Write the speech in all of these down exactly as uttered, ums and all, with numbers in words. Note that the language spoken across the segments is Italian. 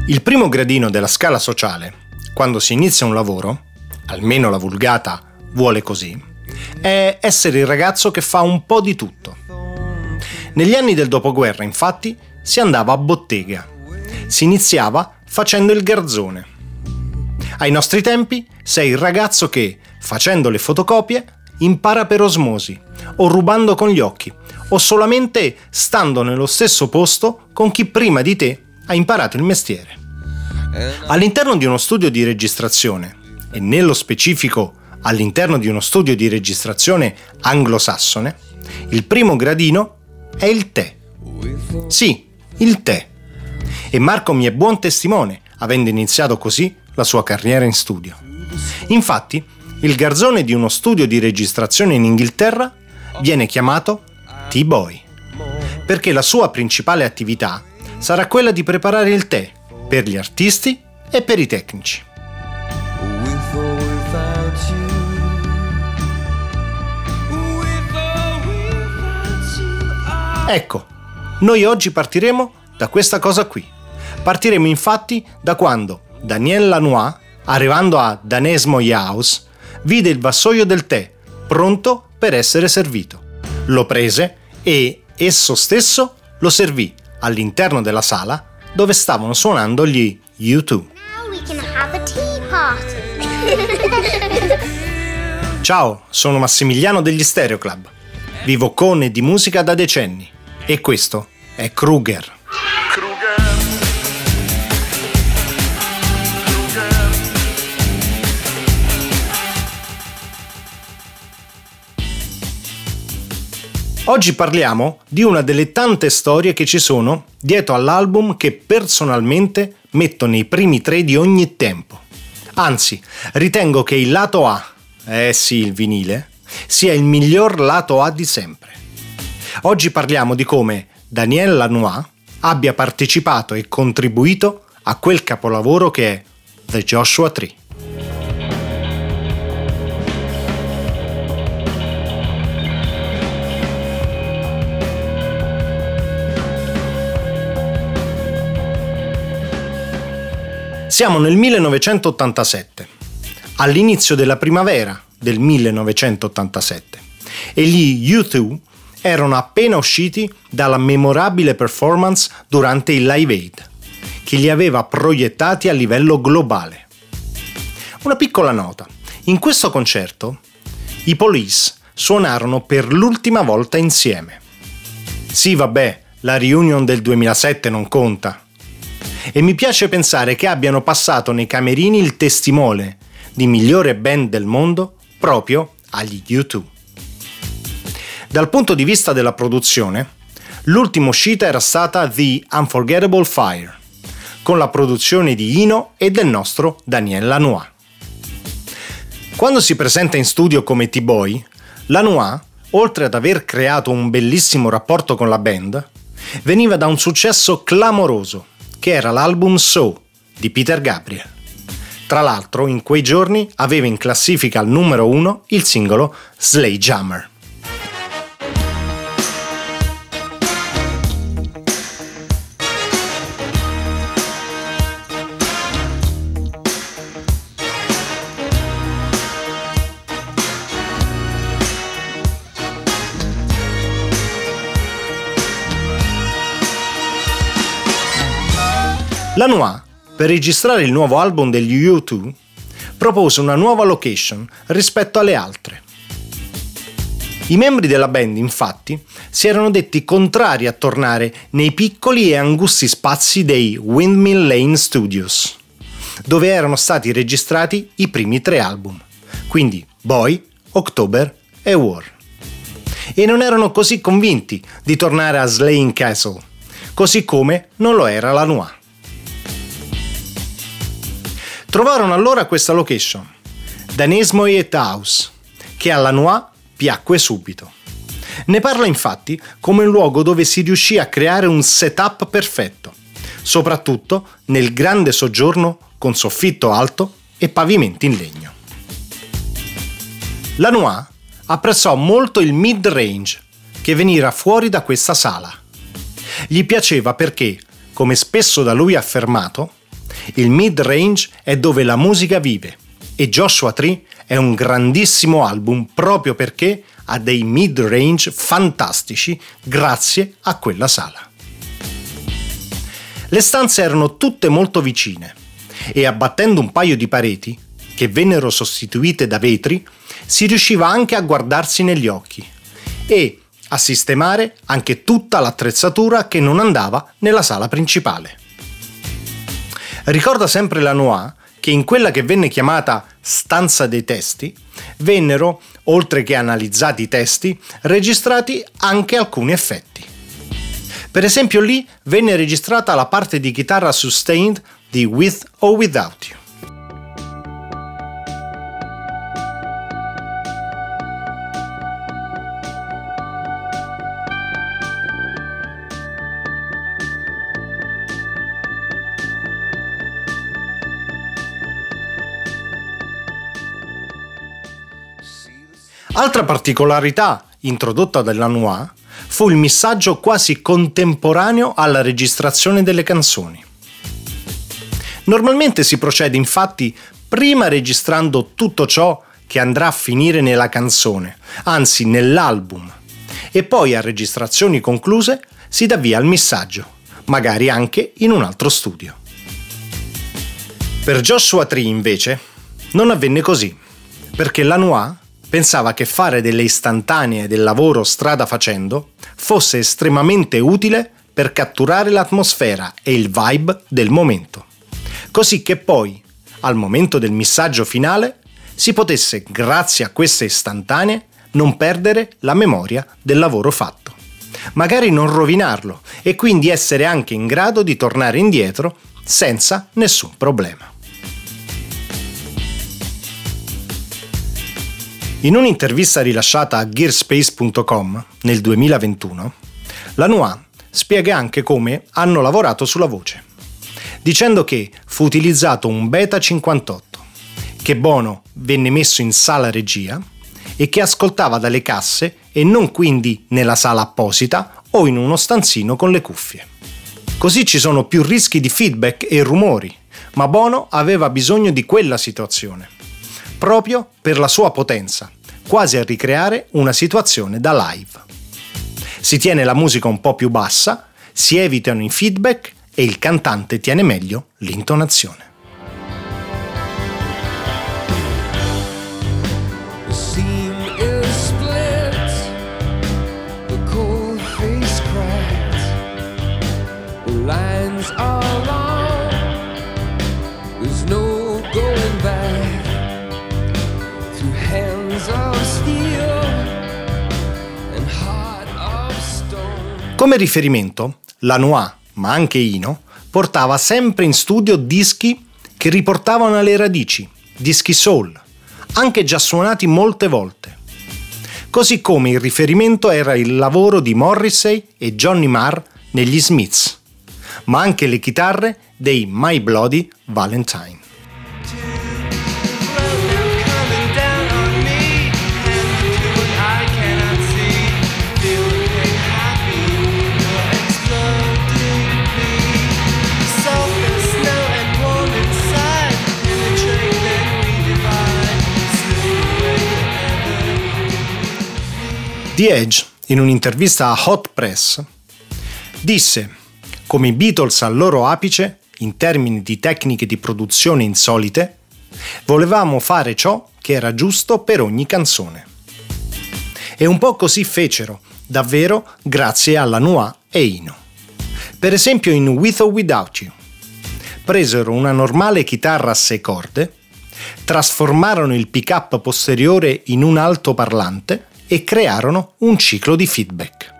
Il primo gradino della scala sociale, quando si inizia un lavoro, almeno la vulgata vuole così, è essere il ragazzo che fa un po' di tutto. Negli anni del dopoguerra, infatti, si andava a bottega. Si iniziava facendo il garzone. Ai nostri tempi sei il ragazzo che, facendo le fotocopie, impara per osmosi, o rubando con gli occhi, o solamente stando nello stesso posto con chi prima di te ha imparato il mestiere. All'interno di uno studio di registrazione, e nello specifico all'interno di uno studio di registrazione anglosassone, il primo gradino è il tè. Sì, il tè. E Marco mi è buon testimone, avendo iniziato così la sua carriera in studio. Infatti, il garzone di uno studio di registrazione in Inghilterra viene chiamato T-Boy, perché la sua principale attività sarà quella di preparare il tè per gli artisti e per i tecnici. Ecco, noi oggi partiremo da questa cosa qui. Partiremo infatti da quando Daniel Lanois, arrivando a Danès Moy House, vide il vassoio del tè pronto per essere servito. Lo prese e esso stesso lo servì all'interno della sala dove stavano suonando gli U due. Ciao, sono Massimiliano degli Stereo Club. Vivo con e di musica da decenni e questo è Kruger. Oggi parliamo di una delle tante storie che ci sono dietro all'album che personalmente metto nei primi tre di ogni tempo. Anzi, ritengo che il lato A, eh sì, il vinile, sia il miglior lato A di sempre. Oggi parliamo di come Daniel Lanois abbia partecipato e contribuito a quel capolavoro che è The Joshua Tree. Siamo nel millenovecentottantasette, all'inizio della primavera del millenovecentottantasette, e gli U due erano appena usciti dalla memorabile performance durante il Live Aid, che li aveva proiettati a livello globale. Una piccola nota: in questo concerto i Police suonarono per l'ultima volta insieme. Sì, vabbè, la reunion del duemilasette non conta. E mi piace pensare che abbiano passato nei camerini il testimone di migliore band del mondo proprio agli U due. Dal punto di vista della produzione, l'ultima uscita era stata The Unforgettable Fire, con la produzione di Ino e del nostro Daniel Lanois. Quando si presenta in studio come T-Boy, Lanois, oltre ad aver creato un bellissimo rapporto con la band, veniva da un successo clamoroso, che era l'album So di Peter Gabriel. Tra l'altro, in quei giorni aveva in classifica al numero uno il singolo Sledgehammer. Lanois, per registrare il nuovo album degli U due, propose una nuova location rispetto alle altre. I membri della band, infatti, si erano detti contrari a tornare nei piccoli e angusti spazi dei Windmill Lane Studios, dove erano stati registrati i primi tre album, quindi Boy, October e War. E non erano così convinti di tornare a Slane Castle, così come non lo era Lanois. Trovarono allora questa location, Danès Moy House, che a Lanois piacque subito. Ne parla infatti come un luogo dove si riuscì a creare un setup perfetto, soprattutto nel grande soggiorno con soffitto alto e pavimenti in legno. Lanois apprezzò molto il mid-range che veniva fuori da questa sala. Gli piaceva perché, come spesso da lui affermato, Il mid-range è dove la musica vive e Joshua Tree è un grandissimo album proprio perché ha dei mid-range fantastici grazie a quella sala. Le stanze erano tutte molto vicine e abbattendo un paio di pareti, che vennero sostituite da vetri, si riusciva anche a guardarsi negli occhi e a sistemare anche tutta l'attrezzatura che non andava nella sala principale. Ricorda sempre Lanois che in quella che venne chiamata stanza dei testi vennero, oltre che analizzati i testi, registrati anche alcuni effetti. Per esempio lì venne registrata la parte di chitarra sustained di With or Without You. Altra particolarità introdotta da Lanois fu il missaggio quasi contemporaneo alla registrazione delle canzoni. Normalmente si procede infatti prima registrando tutto ciò che andrà a finire nella canzone, anzi nell'album, e poi a registrazioni concluse si dà via al missaggio, magari anche in un altro studio. Per Joshua Tree invece non avvenne così, perché Lanois pensava che fare delle istantanee del lavoro strada facendo fosse estremamente utile per catturare l'atmosfera e il vibe del momento, così che poi, al momento del missaggio finale, si potesse, grazie a queste istantanee, non perdere la memoria del lavoro fatto, magari non rovinarlo e quindi essere anche in grado di tornare indietro senza nessun problema. In un'intervista rilasciata a gearspace punto com nel duemilaventuno, Lanois spiega anche come hanno lavorato sulla voce, dicendo che fu utilizzato un Beta cinquantotto, che Bono venne messo in sala regia e che ascoltava dalle casse e non quindi nella sala apposita o in uno stanzino con le cuffie. Così ci sono più rischi di feedback e rumori, ma Bono aveva bisogno di quella situazione, proprio per la sua potenza, quasi a ricreare una situazione da live. Si tiene la musica un po' più bassa, si evitano i feedback e il cantante tiene meglio l'intonazione. Come riferimento, Lanois, ma anche Eno, portava sempre in studio dischi che riportavano alle radici, dischi soul, anche già suonati molte volte. Così come il riferimento era il lavoro di Morrissey e Johnny Marr negli Smiths, ma anche le chitarre dei My Bloody Valentine. The Edge, in un'intervista a Hot Press, disse: come i Beatles al loro apice, in termini di tecniche di produzione insolite, volevamo fare ciò che era giusto per ogni canzone. E un po' così fecero, davvero grazie a Lanois e Eno. Per esempio in With or Without You. Presero una normale chitarra a sei corde, trasformarono il pick-up posteriore in un altoparlante e crearono un ciclo di feedback.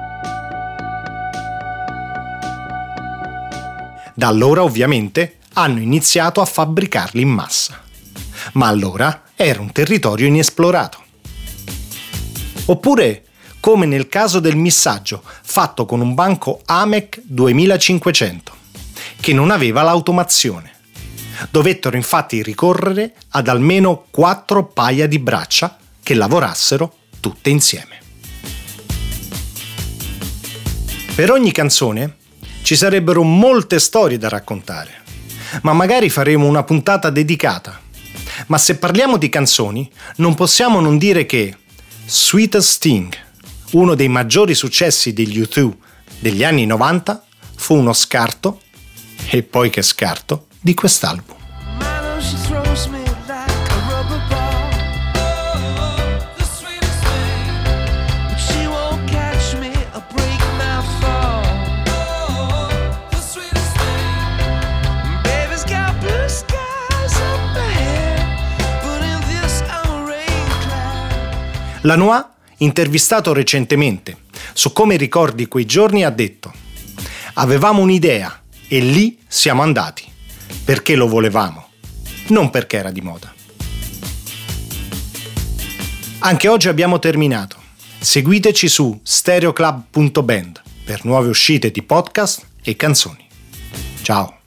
Da allora, ovviamente, hanno iniziato a fabbricarli in massa. Ma allora era un territorio inesplorato. Oppure, come nel caso del missaggio, fatto con un banco A M E C duemilacinquecento, che non aveva l'automazione. Dovettero infatti ricorrere ad almeno quattro paia di braccia che lavorassero tutte insieme. Per ogni canzone ci sarebbero molte storie da raccontare, ma magari faremo una puntata dedicata. Ma se parliamo di canzoni, non possiamo non dire che Sweetest Thing, uno dei maggiori successi degli U due degli anni novanta, fu uno scarto, e poi che scarto, di quest'album. Lanois, intervistato recentemente su come ricordi quei giorni, ha detto: avevamo un'idea e lì siamo andati, perché lo volevamo, non perché era di moda. Anche oggi abbiamo terminato. Seguiteci su stereoclub punto band per nuove uscite di podcast e canzoni. Ciao!